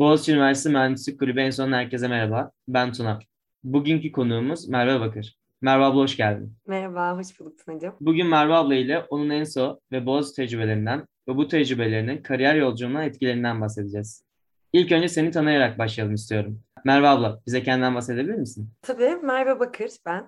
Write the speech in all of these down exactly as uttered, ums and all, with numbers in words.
Boğaziçi Üniversitesi Mühendislik Kulübü en son herkese merhaba. Ben Tuna. Bugünkü konuğumuz Merve Bakır. Merve abla hoş geldin. Merhaba, hoş bulduk Tunacığım. Bugün Merve abla ile onun Enso ve Boğaziçi tecrübelerinden ve bu tecrübelerinin kariyer yolculuğuna etkilerinden bahsedeceğiz. İlk önce seni tanıyarak başlayalım istiyorum. Merve abla, bize kendinden bahsedebilir misin? Tabii Merve Bakır ben.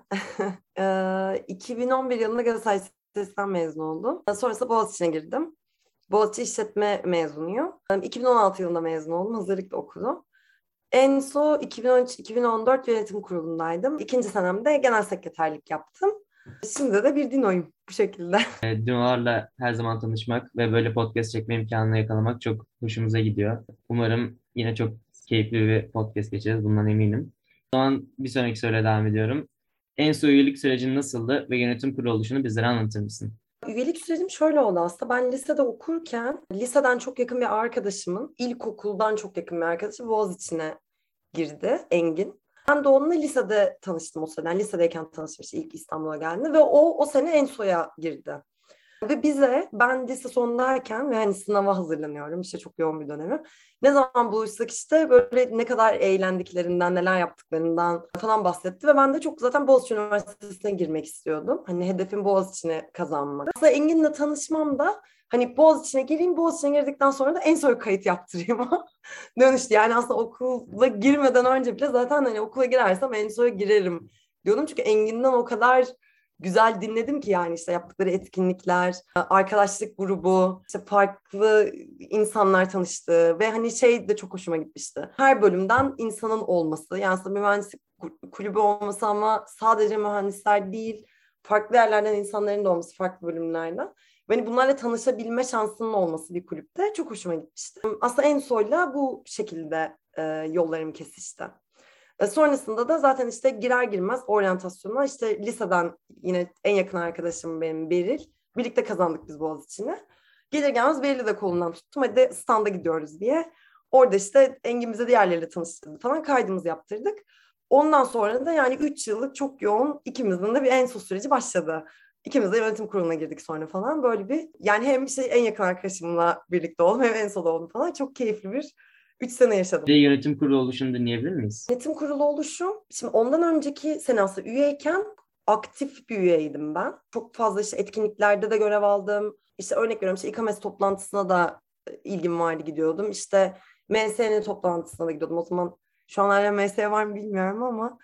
Eee, iki bin on bir yılında Galatasaray Lisesi'nden mezun oldum. Sonrasında Boğaziçi'ne girdim. Boğaziçi İşletme mezunuyum. Eee, iki bin on altı yılında mezun oldum. Hazırlıkta okudum. En son iki bin on üç-iki bin on dört yönetim kurulundaydım. İkinci senemde genel sekreterlik yaptım. Şimdi de bir Dino'yum bu şekilde. E, Dinolarla her zaman tanışmak ve böyle podcast çekme imkanını yakalamak çok hoşumuza gidiyor. Umarım yine çok keyifli bir podcast geçeceğiz, bundan eminim. O zaman bir sonraki soruya devam ediyorum. Enso üyelik sürecin nasıldı ve yönetim kurulu oluşunu bizlere anlatır mısın? Üyelik sürecim şöyle oldu aslında. Ben lisede okurken liseden çok yakın bir arkadaşımın, ilkokuldan çok yakın bir arkadaşı Boğaziçi'ne girdi, Engin. Ben de onunla lisede tanıştım o sene. Yani lisedeyken tanışmış ilk İstanbul'a geldi ve o o sene Enso'ya girdi. Ve bize ben lise sondayken ve hani sınava hazırlanıyorum işte çok yoğun bir dönemim. Ne zaman buluşsak işte böyle ne kadar eğlendiklerinden, neler yaptıklarından falan bahsetti ve ben de çok zaten Boğaziçi Üniversitesi'ne girmek istiyordum. Hani hedefim Boğaziçi'ne kazanmak. Aslında Engin'le tanışmam da hani Boğaziçi'ne gireyim, Boğaziçi'ne girdikten sonra da en son kayıt yaptırayım dönüştü. Yani aslında okula girmeden önce bile zaten hani okula girersem en sona girerim diyordum. Çünkü Engin'den o kadar güzel dinledim ki yani işte yaptıkları etkinlikler, arkadaşlık grubu, işte farklı insanlar tanıştı ve hani şey de çok hoşuma gitmişti. Her bölümden insanın olması, yani aslında bir mühendislik kulübü olması ama sadece mühendisler değil, farklı yerlerden insanların da olması, farklı bölümlerden. Ve hani bunlarla tanışabilme şansının olması bir kulüpte çok hoşuma gitmişti. Aslında Enso'yla bu şekilde e, yollarım kesişti. E, sonrasında da zaten işte girer girmez oryantasyona işte liseden yine en yakın arkadaşım benim Beril. Birlikte kazandık biz Boğaziçi'ni. Gelir gelmez Beril'i de kolundan tuttum. Hadi standa gidiyoruz diye. Orada işte Engin bize diğerleriyle tanıştırdı falan kaydımızı yaptırdık. Ondan sonra da yani üç yıllık çok yoğun ikimizin de bir Enso süreci başladı. İkimiz de yönetim kuruluna girdik sonra falan. Böyle bir yani hem şey en yakın arkadaşımla birlikte oldum hem Enso'da oldum falan. Çok keyifli bir üç sene Bir de yaşadım. yönetim kurulu oluşunu dinleyebilir miyiz? Yönetim kurulu oluşum. Şimdi ondan önceki sene aslında üyeyken aktif bir üyeydim ben. Çok fazla işte etkinliklerde de görev aldım. İşte örnek veriyorum işte İKAMES toplantısına da e, ilgim vardı gidiyordum. İşte M S N'nin toplantısına da gidiyordum. O zaman şu an hala M S var mı bilmiyorum ama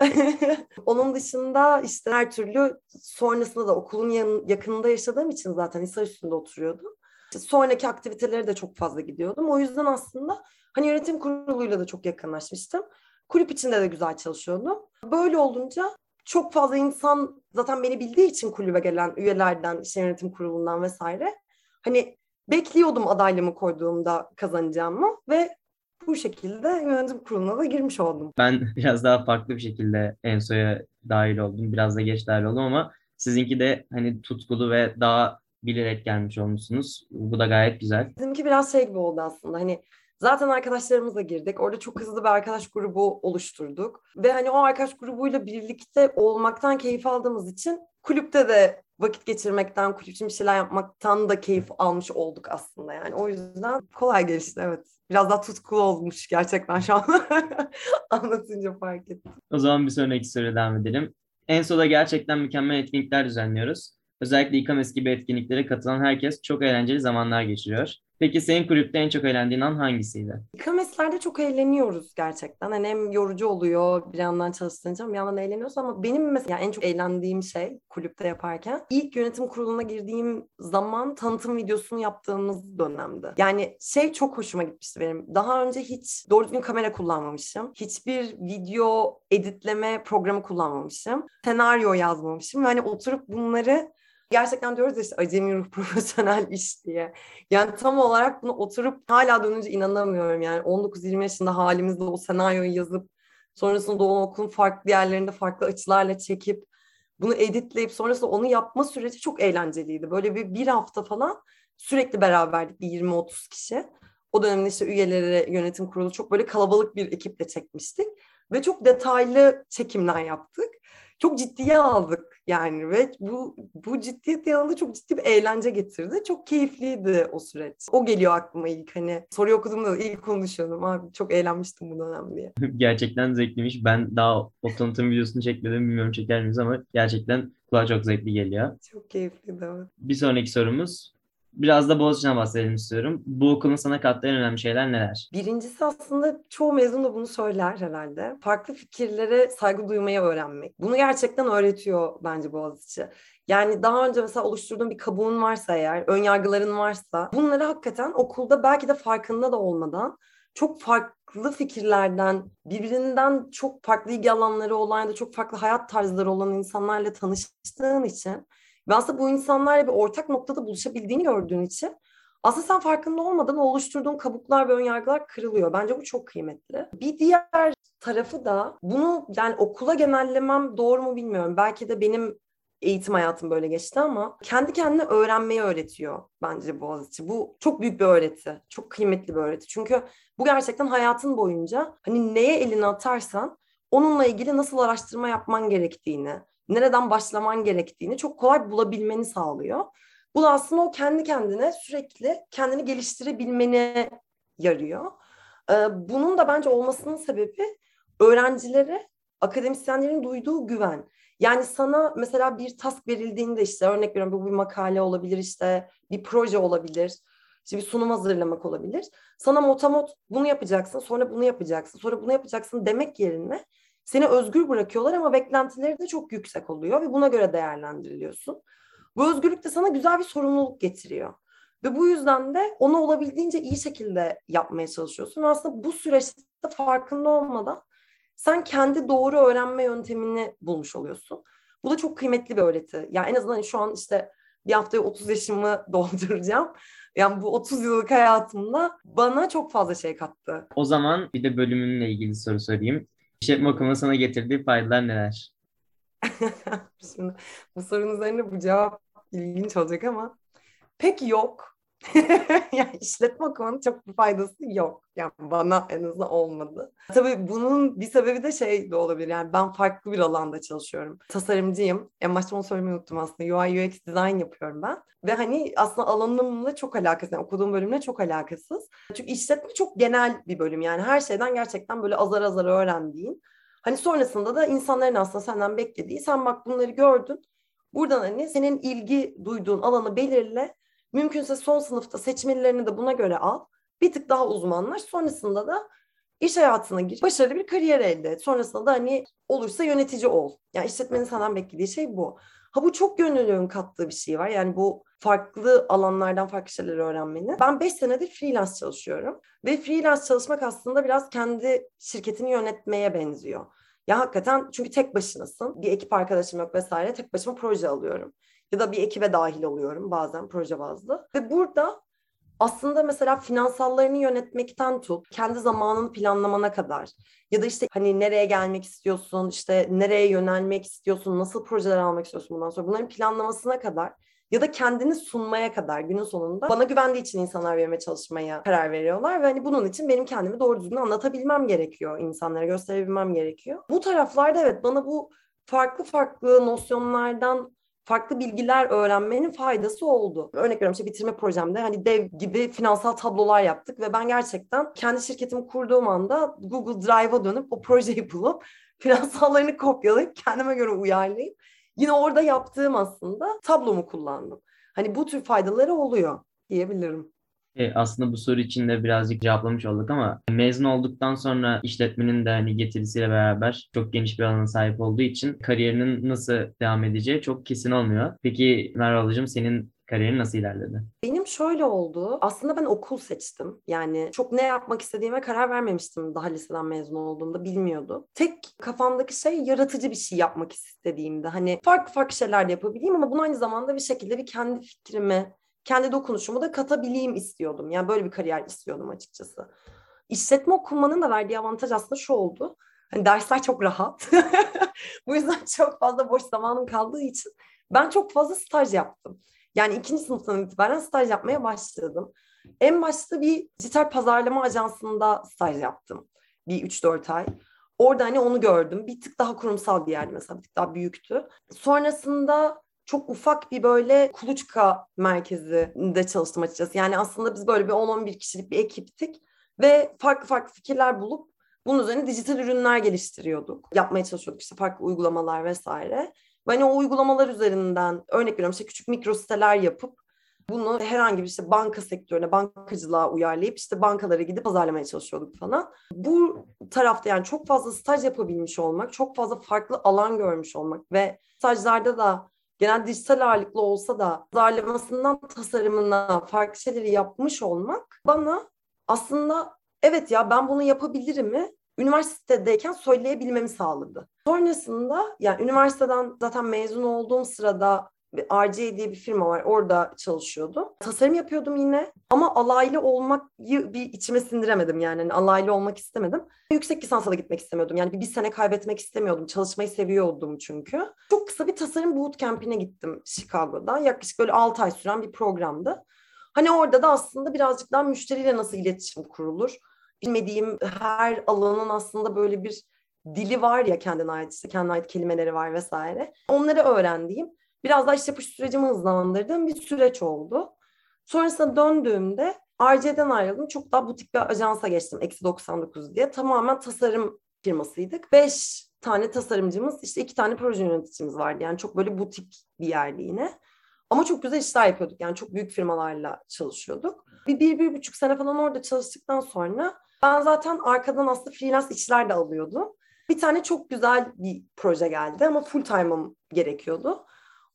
onun dışında işte her türlü sonrasında da okulun yan, yakınında yaşadığım için zaten Hisarüstü'nde oturuyordum. İşte sonraki aktivitelere de çok fazla gidiyordum. O yüzden aslında hani yönetim kuruluyla da çok yakınlaşmıştım. Kulüp içinde de güzel çalışıyordum. Böyle olunca çok fazla insan zaten beni bildiği için kulübe gelen üyelerden, işte yönetim kurulundan vesaire. Hani bekliyordum adaylığımı koyduğumda kazanacağımı ve bu şekilde yönetim kuruluna da girmiş oldum. Ben biraz daha farklı bir şekilde Enso'ya dahil oldum. Biraz da geç dahil oldum ama sizinki de hani tutkulu ve daha bilerek gelmiş olmuşsunuz. Bu da gayet güzel. Bizimki biraz şey gibi oldu aslında. Hani zaten arkadaşlarımızla girdik. Orada çok hızlı bir arkadaş grubu oluşturduk. Ve hani o arkadaş grubuyla birlikte olmaktan keyif aldığımız için kulüpte de vakit geçirmekten, kulüp için bir şeyler yapmaktan da keyif almış olduk aslında. Yani o yüzden kolay gelişti evet. Biraz daha tutkulu olmuş gerçekten şu an anlatınca fark ettim. O zaman bir sonraki soruya devam edelim. Enso'da gerçekten mükemmel etkinlikler düzenliyoruz. Özellikle İKAMES gibi etkinliklere katılan herkes çok eğlenceli zamanlar geçiriyor. Peki senin kulüpte en çok eğlendiğin an hangisiydi? Kıyametlerde çok eğleniyoruz gerçekten. Hani hem yorucu oluyor bir yandan çalıştırınca bir yandan eğleniyoruz ama benim mesela en çok eğlendiğim şey kulüpte yaparken ilk yönetim kuruluna girdiğim zaman tanıtım videosunu yaptığımız dönemdi. Yani şey çok hoşuma gitmişti benim. Daha önce hiç doğru düzgün kamera kullanmamışım. Hiçbir video editleme programı kullanmamışım. Senaryo yazmamışım. Yani oturup bunları gerçekten diyoruz ya işte acemi ruh profesyonel iş diye. Yani tam olarak bunu oturup hala dönünce inanamıyorum yani on dokuz yirmi yaşında halimizde o senaryoyu yazıp sonrasında o okulun farklı yerlerinde farklı açılarla çekip bunu editleyip sonrasında onu yapma süreci çok eğlenceliydi. Böyle bir, bir hafta falan sürekli beraberdik bir yirmi otuz kişi. O dönemde işte üyeleri, yönetim kurulu çok böyle kalabalık bir ekiple çekmiştik ve çok detaylı çekimler yaptık. çok ciddiye aldık yani ve bu bu ciddiyet yanında çok ciddi bir eğlence getirdi. Çok keyifliydi o süreç. O geliyor aklıma ilk, hani soruyu okuduğumda ilk onu düşünüyordum. Abi çok eğlenmiştim bu dönem diye. Gerçekten zevkliymiş. Ben daha o tanıtım videosunu çekmedim. Bilmiyorum çeker miyiz ama gerçekten kulağa çok zevkli geliyor. Çok keyifliydi, evet. Bir sonraki sorumuz. Biraz da Boğaziçi'ne bahsedelim istiyorum. Bu okulun sana kattığı en önemli şeyler neler? Birincisi aslında çoğu mezun da bunu söyler herhalde. Farklı fikirlere saygı duymayı öğrenmek. Bunu gerçekten öğretiyor bence Boğaziçi. Yani daha önce mesela oluşturduğun bir kabuğun varsa eğer, ön yargıların varsa bunları hakikaten okulda belki de farkında da olmadan çok farklı fikirlerden, birbirinden çok farklı ilgi alanları olan ya da çok farklı hayat tarzları olan insanlarla tanıştığın için ve aslında bu insanlarla bir ortak noktada buluşabildiğini gördüğün için aslında sen farkında olmadan oluşturduğun kabuklar ve önyargılar kırılıyor. Bence bu çok kıymetli. Bir diğer tarafı da bunu yani okula genellemem doğru mu bilmiyorum. Belki de benim eğitim hayatım böyle geçti ama kendi kendine öğrenmeyi öğretiyor bence Boğaziçi. Bu çok büyük bir öğreti. Çok kıymetli bir öğreti. Çünkü bu gerçekten hayatın boyunca hani neye elini atarsan onunla ilgili nasıl araştırma yapman gerektiğini, nereden başlaman gerektiğini çok kolay bulabilmeni sağlıyor. Bu da aslında o kendi kendine sürekli kendini geliştirebilmene yarıyor. Ee, bunun da bence olmasının sebebi öğrencilere akademisyenlerin duyduğu güven. Yani sana mesela bir task verildiğinde işte örnek veriyorum bu bir makale olabilir, işte bir proje olabilir, işte bir sunum hazırlamak olabilir. Sana motamot bunu yapacaksın, sonra bunu yapacaksın, sonra bunu yapacaksın demek yerine seni özgür bırakıyorlar ama beklentileri de çok yüksek oluyor ve buna göre değerlendiriliyorsun. Bu özgürlük de sana güzel bir sorumluluk getiriyor. Ve bu yüzden de onu olabildiğince iyi şekilde yapmaya çalışıyorsun. Ve aslında bu süreçte farkında olmadan sen kendi doğru öğrenme yöntemini bulmuş oluyorsun. Bu da çok kıymetli bir öğreti. Yani en azından şu an işte bir haftaya otuz yaşımı dolduracağım. Yani bu otuz yıllık hayatımda bana çok fazla şey kattı. O zaman bir de bölümünle ilgili soru sorayım. İşletme okumanın sana getirdiği faydalar neler? Şimdi bu sorunun üzerine bu cevap ilginç olacak ama pek yok. Yani işletme okumanın çok bir faydası yok. Yani bana en azından olmadı. Tabii bunun bir sebebi de şey de olabilir. Yani ben farklı bir alanda çalışıyorum. Tasarımcıyım. En başta onu söylemeyi unuttum aslında. U I U X design yapıyorum ben. Ve hani aslında alanımla çok alakasız. Yani okuduğum bölümle çok alakasız. Çünkü işletme çok genel bir bölüm. Yani her şeyden gerçekten böyle azar azar öğrendiğin. Hani sonrasında da insanların aslında senden beklediği. Sen bak bunları gördün. Buradan hani senin ilgi duyduğun alanı belirle. Mümkünse son sınıfta seçmelerini de buna göre al. Bir tık daha uzmanlaş. Sonrasında da iş hayatına gir. Başarılı bir kariyer elde et. Sonrasında da hani olursa yönetici ol. Yani işletmenin senden beklediği şey bu. Ha bu çok gönüllülüğün kattığı bir şey var. Yani bu farklı alanlardan farklı şeyler öğrenmenin. Ben beş senedir freelance çalışıyorum. Ve freelance çalışmak aslında biraz kendi şirketini yönetmeye benziyor. Ya hakikaten çünkü tek başınasın. Bir ekip arkadaşım yok vesaire. Tek başıma proje alıyorum. Ya da bir ekibe dahil oluyorum bazen proje bazlı. Ve burada aslında mesela finansallarını yönetmekten tut, kendi zamanını planlamana kadar ya da işte hani nereye gelmek istiyorsun, işte nereye yönelmek istiyorsun, nasıl projeler almak istiyorsun bundan sonra bunların planlamasına kadar ya da kendini sunmaya kadar günün sonunda bana güvendiği için insanlar benimle çalışmaya karar veriyorlar ve hani bunun için benim kendimi doğru düzgün anlatabilmem gerekiyor, insanlara gösterebilmem gerekiyor. Bu taraflarda evet bana bu farklı farklı nosyonlardan farklı bilgiler öğrenmenin faydası oldu. Örnek veriyorum işte bitirme projemde hani dev gibi finansal tablolar yaptık ve ben gerçekten kendi şirketimi kurduğum anda Google Drive'a dönüp o projeyi bulup finansallarını kopyalayıp kendime göre uyarlayıp yine orada yaptığım aslında tablomu kullandım. Hani bu tür faydaları oluyor diyebilirim. E, aslında bu soru için de birazcık cevaplamış olduk ama mezun olduktan sonra işletmenin de hani getirisiyle beraber çok geniş bir alana sahip olduğu için kariyerinin nasıl devam edeceği çok kesin olmuyor. Peki Merve senin kariyerin nasıl ilerledi? Benim şöyle oldu. Aslında ben okul seçtim. Yani çok ne yapmak istediğime karar vermemiştim daha liseden mezun olduğumda. Bilmiyordum. Tek kafamdaki şey yaratıcı bir şey yapmak istediğimde. Hani farklı farklı şeyler de yapabileyim ama bunu aynı zamanda bir şekilde bir kendi fikrimi, kendi dokunuşumu da katabileyim istiyordum. Yani böyle bir kariyer istiyordum açıkçası. İşletme okumanın da verdiği avantaj aslında şu oldu. Hani dersler çok rahat. Bu yüzden çok fazla boş zamanım kaldığı için ben çok fazla staj yaptım. Yani ikinci sınıftan itibaren staj yapmaya başladım. En başta bir dijital pazarlama ajansında staj yaptım. Bir üç dört ay. Orada hani onu gördüm. Bir tık daha kurumsal bir yerdi mesela. Bir tık daha büyüktü. Sonrasında çok ufak bir böyle kuluçka merkezinde çalıştım açıkçası. Yani aslında biz böyle bir on on bir kişilik bir ekiptik ve farklı farklı fikirler bulup bunun üzerine dijital ürünler geliştiriyorduk. Yapmaya çalışıyorduk işte farklı uygulamalar vesaire. Ve hani o uygulamalar üzerinden örnek veriyorum işte küçük mikro siteler yapıp bunu herhangi bir işte banka sektörüne, bankacılığa uyarlayıp işte bankalara gidip pazarlamaya çalışıyorduk falan. Bu tarafta yani çok fazla staj yapabilmiş olmak, çok fazla farklı alan görmüş olmak ve stajlarda da genel dijital ağırlıklı olsa da pazarlamasından tasarımına farklı şeyleri yapmış olmak bana aslında evet ya ben bunu yapabilirim mi? Üniversitedeyken söyleyebilmemi sağladı. Sonrasında yani üniversiteden zaten mezun olduğum sırada R C A diye bir firma var. Orada çalışıyordum. Tasarım yapıyordum yine. Ama alaylı olmayı bir içime sindiremedim yani. Yani alaylı olmak istemedim. Yüksek lisansa da gitmek istemiyordum. Yani bir, bir sene kaybetmek istemiyordum. Çalışmayı seviyordum çünkü. Çok kısa bir tasarım bootcamp'ine gittim Chicago'da. Yaklaşık böyle altı ay süren bir programdı. Hani orada da aslında birazcık daha müşteriyle nasıl iletişim kurulur? Bilmediğim her alanın aslında böyle bir dili var ya kendine ait işte kendine ait kelimeleri var vesaire. Onları öğrendiğim biraz daha iş yapış sürecimi hızlandırdığım bir süreç oldu. Sonrasında döndüğümde R C'den ayrıldım. Çok daha butik bir ajansa geçtim. Eksi doksan dokuz diye. Tamamen tasarım firmasıydık. Beş tane tasarımcımız, işte iki tane proje yöneticimiz vardı. Yani çok böyle butik bir yerdi yine. Ama çok güzel işler yapıyorduk. Yani çok büyük firmalarla çalışıyorduk. Bir, bir, bir buçuk sene falan orada çalıştıktan sonra ben zaten arkadan aslında freelance işler de alıyordum. Bir tane çok güzel bir proje geldi ama full time'ım gerekiyordu.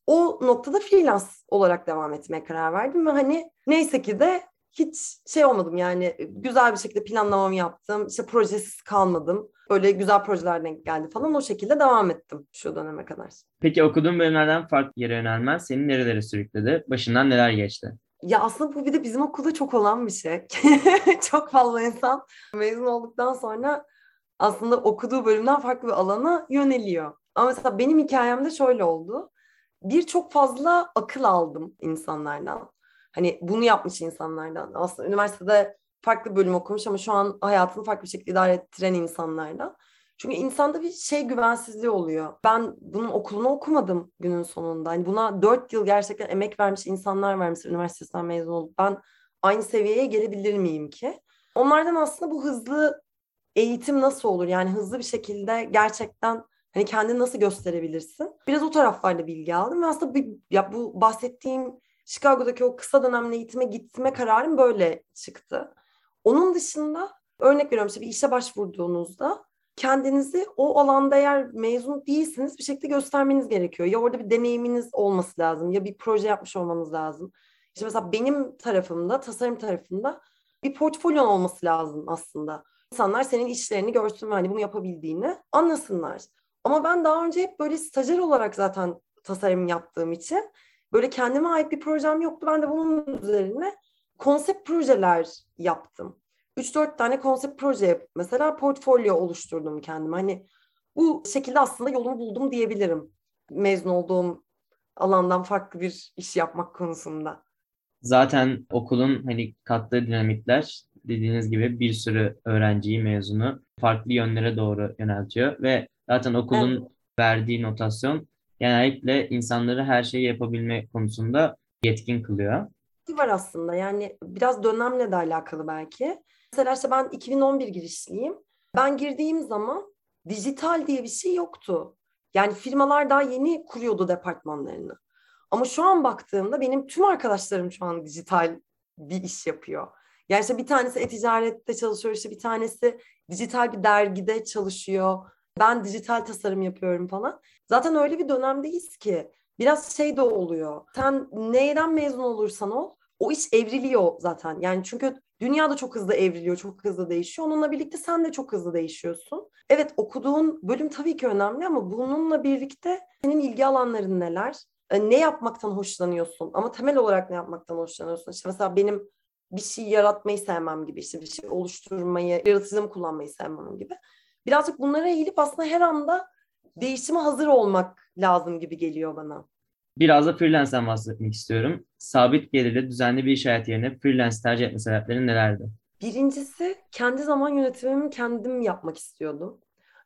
O noktada freelance olarak devam etmeye karar verdim ve hani neyse ki de hiç şey olmadım yani güzel bir şekilde planlamamı yaptım. İşte projesiz kalmadım. Böyle güzel projeler denk geldi falan o şekilde devam ettim şu döneme kadar. Peki okuduğun bölümlerden farklı yere yönelmen seni nerelere sürükledi? Başından neler geçti? Ya aslında bu bir de bizim okulda çok olan bir şey. Çok fazla insan mezun olduktan sonra aslında okuduğu bölümden farklı bir alana yöneliyor. Ama mesela benim hikayemde şöyle oldu. Birçok fazla akıl aldım insanlardan. Hani bunu yapmış insanlardan. Aslında üniversitede farklı bölüm okumuş ama şu an hayatını farklı bir şekilde idare ettiren insanlardan. Çünkü insanda bir şey güvensizliği oluyor. Ben bunun okulunu okumadım günün sonunda. Hani buna dört yıl gerçekten emek vermiş insanlar var mesela üniversitesinden mezun olup. Ben aynı seviyeye gelebilir miyim ki? Onlardan aslında bu hızlı eğitim nasıl olur? Yani hızlı bir şekilde gerçekten hani kendini nasıl gösterebilirsin? Biraz o taraflarda bilgi aldım ve aslında bir, ya bu bahsettiğim Chicago'daki o kısa dönemli eğitime gitme kararım böyle çıktı. Onun dışında örnek veriyorum işte bir işe başvurduğunuzda kendinizi o alanda eğer mezun değilsiniz bir şekilde göstermeniz gerekiyor. Ya orada bir deneyiminiz olması lazım ya bir proje yapmış olmanız lazım. İşte mesela benim tarafımda, tasarım tarafında bir portfolyon olması lazım aslında. İnsanlar senin işlerini görsün ve hani bunu yapabildiğini anlasınlar. Ama ben daha önce hep böyle stajyer olarak zaten tasarım yaptığım için böyle kendime ait bir projem yoktu. Ben de bunun üzerine konsept projeler yaptım. Üç dört tane konsept proje yapıp mesela portfolyo oluşturdum kendime. Hani bu şekilde aslında yolumu buldum diyebilirim. Mezun olduğum alandan farklı bir iş yapmak konusunda. Zaten okulun hani kattığı dinamikler dediğiniz gibi bir sürü öğrenciyi, mezunu farklı yönlere doğru yöneltiyor ve zaten Evet. okulun verdiği notasyon genellikle insanları her şeyi yapabilme konusunda yetkin kılıyor. Var aslında yani biraz dönemle de alakalı belki. Mesela işte ben iki bin on bir girişliyim. Ben girdiğim zaman dijital diye bir şey yoktu. Yani firmalar daha yeni kuruyordu departmanlarını. Ama şu an baktığımda benim tüm arkadaşlarım şu an dijital bir iş yapıyor. Yani işte bir tanesi e-ticarette çalışıyor, işte bir tanesi dijital bir dergide çalışıyor. Ben dijital tasarım yapıyorum falan. Zaten öyle bir dönemdeyiz ki biraz şey de oluyor. Sen neyden mezun olursan ol, o iş evriliyor zaten. Yani çünkü dünya da çok hızlı evriliyor, çok hızlı değişiyor. Onunla birlikte sen de çok hızlı değişiyorsun. Evet okuduğun bölüm tabii ki önemli ama bununla birlikte senin ilgi alanların neler? E, Ne yapmaktan hoşlanıyorsun? Ama temel olarak ne yapmaktan hoşlanıyorsun? İşte mesela benim bir şey yaratmayı sevmem gibi, işte bir şey oluşturmayı, yaratıcılığımı kullanmayı sevmem gibi. Birazcık bunlara eğilip aslında her anda değişime hazır olmak lazım gibi geliyor bana. Biraz da freelance'den bahsetmek istiyorum. Sabit gelirli düzenli bir iş hayatı yerine freelance tercih etme sebeplerin nelerdi? Birincisi kendi zaman yönetimimi kendim yapmak istiyordum.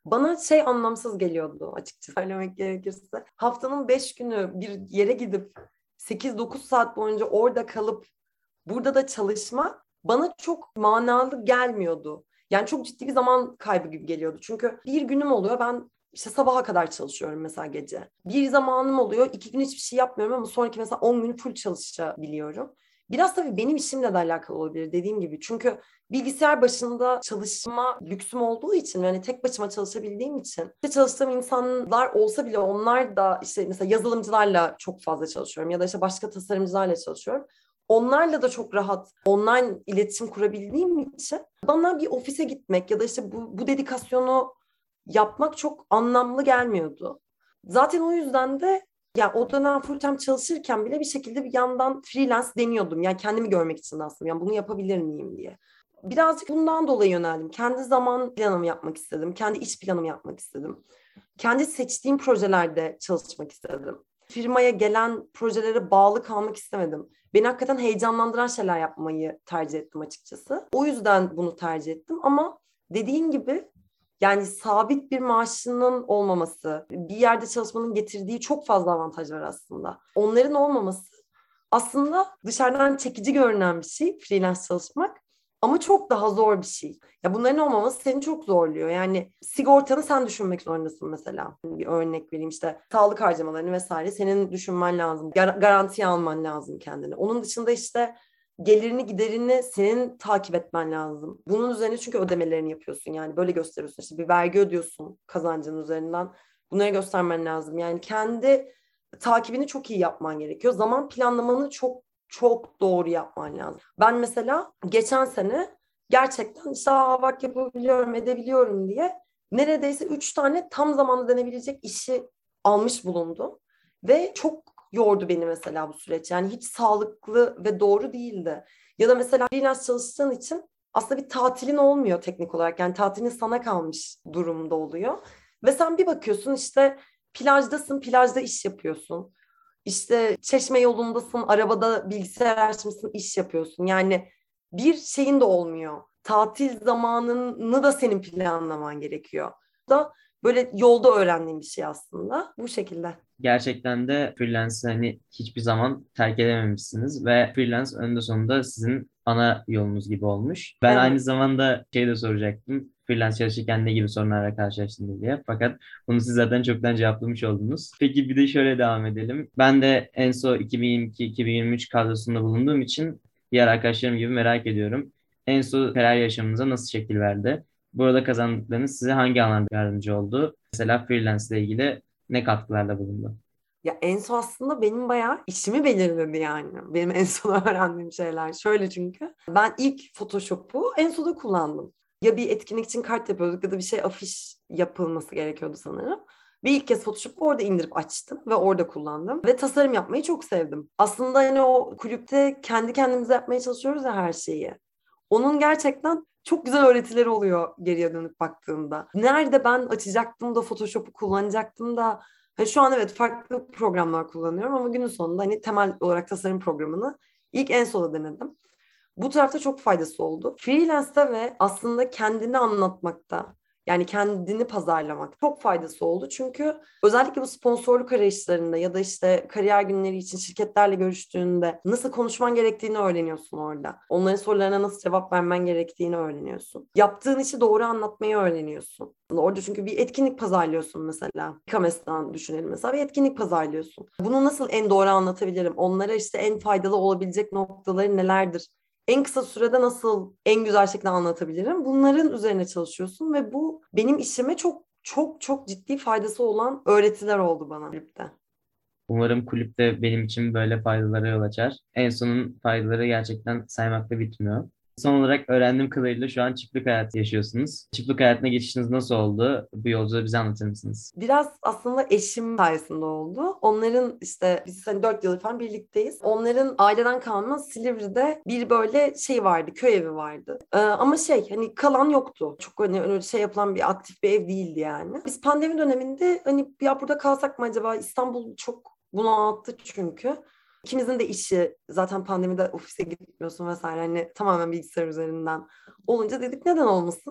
Bana şey anlamsız geliyordu açıkçası söylemek gerekirse. Haftanın beş günü bir yere gidip sekiz dokuz saat boyunca orada kalıp burada da çalışmak bana çok manalı gelmiyordu. Yani çok ciddi bir zaman kaybı gibi geliyordu. Çünkü bir günüm oluyor, ben işte sabaha kadar çalışıyorum mesela gece. Bir zamanım oluyor, iki gün hiçbir şey yapmıyorum ama sonraki mesela on günü full çalışabiliyorum. Biraz tabii benim işimle de alakalı olabilir dediğim gibi. Çünkü bilgisayar başında çalışma lüksüm olduğu için, yani tek başıma çalışabildiğim için, işte çalıştığım insanlar olsa bile onlar da işte mesela yazılımcılarla çok fazla çalışıyorum ya da işte başka tasarımcılarla çalışıyorum. Onlarla da çok rahat online iletişim kurabildiğim için bana bir ofise gitmek ya da işte bu, bu dedikasyonu yapmak çok anlamlı gelmiyordu. Zaten o yüzden de ya o dönem full time çalışırken bile bir şekilde bir yandan freelance deniyordum. Yani kendimi görmek için de aslında. Yani bunu yapabilir miyim diye. Birazcık bundan dolayı yöneldim. Kendi zaman planımı yapmak istedim. Kendi iş planımı yapmak istedim. Kendi seçtiğim projelerde çalışmak istedim. Firmaya gelen projelere bağlı kalmak istemedim. Beni hakikaten heyecanlandıran şeyler yapmayı tercih ettim açıkçası. O yüzden bunu tercih ettim ama dediğin gibi yani sabit bir maaşının olmaması, bir yerde çalışmanın getirdiği çok fazla avantaj var aslında. Onların olmaması aslında dışarıdan çekici görünen bir şey, freelance çalışmak. Ama çok daha zor bir şey. Ya bunların olmaması seni çok zorluyor. Yani sigortanı sen düşünmek zorundasın mesela. Bir örnek vereyim, işte sağlık harcamalarını vesaire senin düşünmen lazım. Gar- garantiye alman lazım kendini. Onun dışında işte gelirini giderini senin takip etmen lazım. Bunun üzerine çünkü ödemelerini yapıyorsun. Yani böyle gösteriyorsun. İşte bir vergi ödüyorsun kazancın üzerinden. Bunları göstermen lazım. Yani kendi takibini çok iyi yapman gerekiyor. Zaman planlamanı çok çok doğru yapman lazım. Ben mesela geçen sene gerçekten işte Aa, bak yapabiliyorum, edebiliyorum diye neredeyse üç tane tam zamanlı denebilecek işi almış bulundum. Ve çok yordu beni mesela bu süreç. Yani hiç sağlıklı ve doğru değildi. Ya da mesela freelance çalıştığın için aslında bir tatilin olmuyor teknik olarak. Yani tatilin sana kalmış durumda oluyor. Ve sen bir bakıyorsun işte plajdasın, plajda iş yapıyorsun. İşte Çeşme yolundasın, arabada bilgisayar açmışsın, iş yapıyorsun. Yani bir şeyin de olmuyor. Tatil zamanını da senin planlaman gerekiyor. Bu da böyle yolda öğrendiğim bir şey aslında. Bu şekilde. Gerçekten de freelance'ı hani hiçbir zaman terk edememişsiniz ve freelance önünde sonunda sizin ana yolunuz gibi olmuş. Ben aynı Evet. zamanda şey de soracaktım. Freelance çalışırken ne gibi sorunlarla karşılaştınız diye. Fakat bunu siz zaten çoktan cevaplamış oldunuz. Peki bir de şöyle devam edelim. Ben de en son iki bin yirmi iki-iki bin yirmi üç kadrosunda bulunduğum için diğer arkadaşlarım gibi merak ediyorum. En son kariyer yaşamınıza nasıl şekil verdi? Burada kazandıklarınız size hangi alanda yardımcı oldu? Mesela freelance ile ilgili ne katkılarda bulundu? Ya en son aslında benim bayağı işimi belirledi yani. Benim en son öğrendiğim şeyler. Şöyle çünkü ben ilk Photoshop'u en sonda kullandım. Ya bir etkinlik için kart yapıyorduk ya da bir şey afiş yapılması gerekiyordu sanırım. Ve ilk kez Photoshop'u orada indirip açtım ve orada kullandım. Ve tasarım yapmayı çok sevdim. Aslında hani o kulüpte kendi kendimize yapmaya çalışıyoruz ya her şeyi. Onun gerçekten çok güzel öğretileri oluyor geriye dönüp baktığımda. Nerede ben açacaktım da Photoshop'u kullanacaktım da hani şu an evet farklı programlar kullanıyorum ama günün sonunda hani temel olarak tasarım programını ilk en sona denedim. Bu tarafta çok faydası oldu. Freelance'da ve aslında kendini anlatmakta, yani kendini pazarlamak çok faydası oldu. Çünkü özellikle bu sponsorluk arayışlarında ya da işte kariyer günleri için şirketlerle görüştüğünde nasıl konuşman gerektiğini öğreniyorsun orada. Onların sorularına nasıl cevap vermen gerektiğini öğreniyorsun. Yaptığın işi doğru anlatmayı öğreniyorsun. Orada çünkü bir etkinlik pazarlıyorsun mesela. Kames'ten düşünelim mesela, bir etkinlik pazarlıyorsun. Bunu nasıl en doğru anlatabilirim? Onlara işte en faydalı olabilecek noktaları nelerdir? En kısa sürede nasıl en güzel şekilde anlatabilirim? Bunların üzerine çalışıyorsun ve bu benim işime çok çok çok ciddi faydası olan öğretiler oldu bana birlikte. Umarım kulüp de benim için böyle faydalara yol açar. En sonun faydaları gerçekten saymakla bitmiyor. Son olarak öğrendiğim kadarıyla şu an çiftlik hayatı yaşıyorsunuz. Çiftlik hayatına geçişiniz nasıl oldu? Bu yolculuğu bize anlatır mısınız? Biraz aslında eşim sayesinde oldu. Onların işte biz hani dört yıl falan birlikteyiz. Onların aileden kalma Silivri'de bir böyle şey vardı, köy evi vardı. Ee, ama şey hani kalan yoktu. Çok hani öyle şey yapılan bir aktif bir ev değildi yani. Biz pandemi döneminde hani ya burada kalsak mı acaba? İstanbul çok bunalttı çünkü. İkimizin de işi zaten pandemide ofise gitmiyorsun vesaire, hani tamamen bilgisayar üzerinden olunca dedik neden olmasın?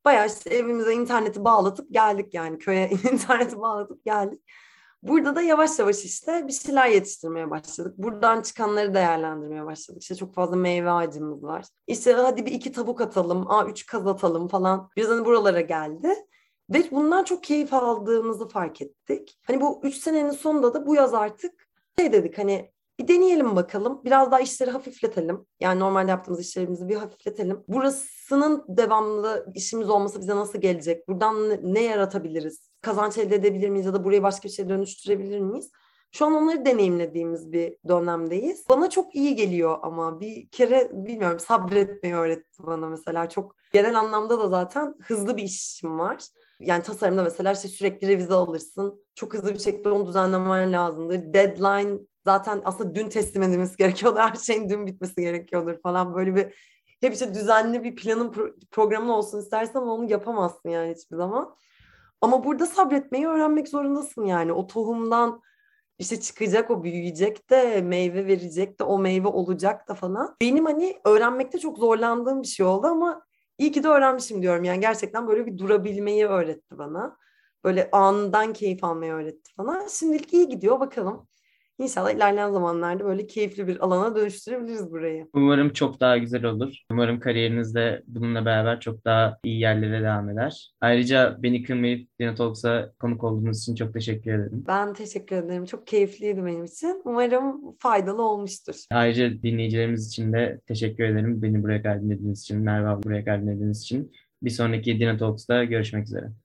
Bayağı işte evimize interneti bağlatıp geldik yani köye interneti bağlatıp geldik. Burada da yavaş yavaş işte bir şeyler yetiştirmeye başladık. Buradan çıkanları değerlendirmeye başladık. İşte çok fazla meyve ağacımız var. İşte hadi bir iki tavuk atalım, aa üç kaz atalım falan. Biz hani buralara geldi. Ve bundan çok keyif aldığımızı fark ettik. Hani bu üç senenin sonunda da bu yaz artık şey dedik hani bir deneyelim bakalım. Biraz daha işleri hafifletelim. Yani normalde yaptığımız işlerimizi bir hafifletelim. Burasının devamlı işimiz olması bize nasıl gelecek? Buradan ne, ne yaratabiliriz? Kazanç elde edebilir miyiz ya da burayı başka bir şeye dönüştürebilir miyiz? Şu an onları deneyimlediğimiz bir dönemdeyiz. Bana çok iyi geliyor ama bir kere bilmiyorum sabretmeyi öğretti bana mesela. Çok genel anlamda da zaten hızlı bir işim var. Yani tasarımda mesela işte sürekli revize alırsın. Çok hızlı bir şekilde onu düzenlemen lazımdır. Deadline zaten aslında dün teslim edilmesi gerekiyordu. Her şeyin dün bitmesi gerekiyordur falan. Böyle bir hep işte düzenli bir planın pro- programın olsun istersen ama onu yapamazsın yani hiçbir zaman. Ama burada sabretmeyi öğrenmek zorundasın yani. O tohumdan işte çıkacak, o büyüyecek de, meyve verecek de, o meyve olacak da falan. Benim hani öğrenmekte çok zorlandığım bir şey oldu ama iyi ki de öğrenmişim diyorum. Yani gerçekten böyle bir durabilmeyi öğretti bana. Böyle anından keyif almayı öğretti bana. Şimdilik iyi gidiyor bakalım. İnşallah ilerleyen zamanlarda böyle keyifli bir alana dönüştürebiliriz burayı. Umarım çok daha güzel olur. Umarım kariyeriniz de bununla beraber çok daha iyi yerlere devam eder. Ayrıca beni kırmayıp Dina Talks'a konuk olduğunuz için çok teşekkür ederim. Ben teşekkür ederim. Çok keyifliydi benim için. Umarım faydalı olmuştur. Ayrıca dinleyicilerimiz için de teşekkür ederim. Beni buraya kadar dinlediğiniz için, Merve abla buraya kadar dinlediğiniz için. Bir sonraki Dina Talks'ta görüşmek üzere.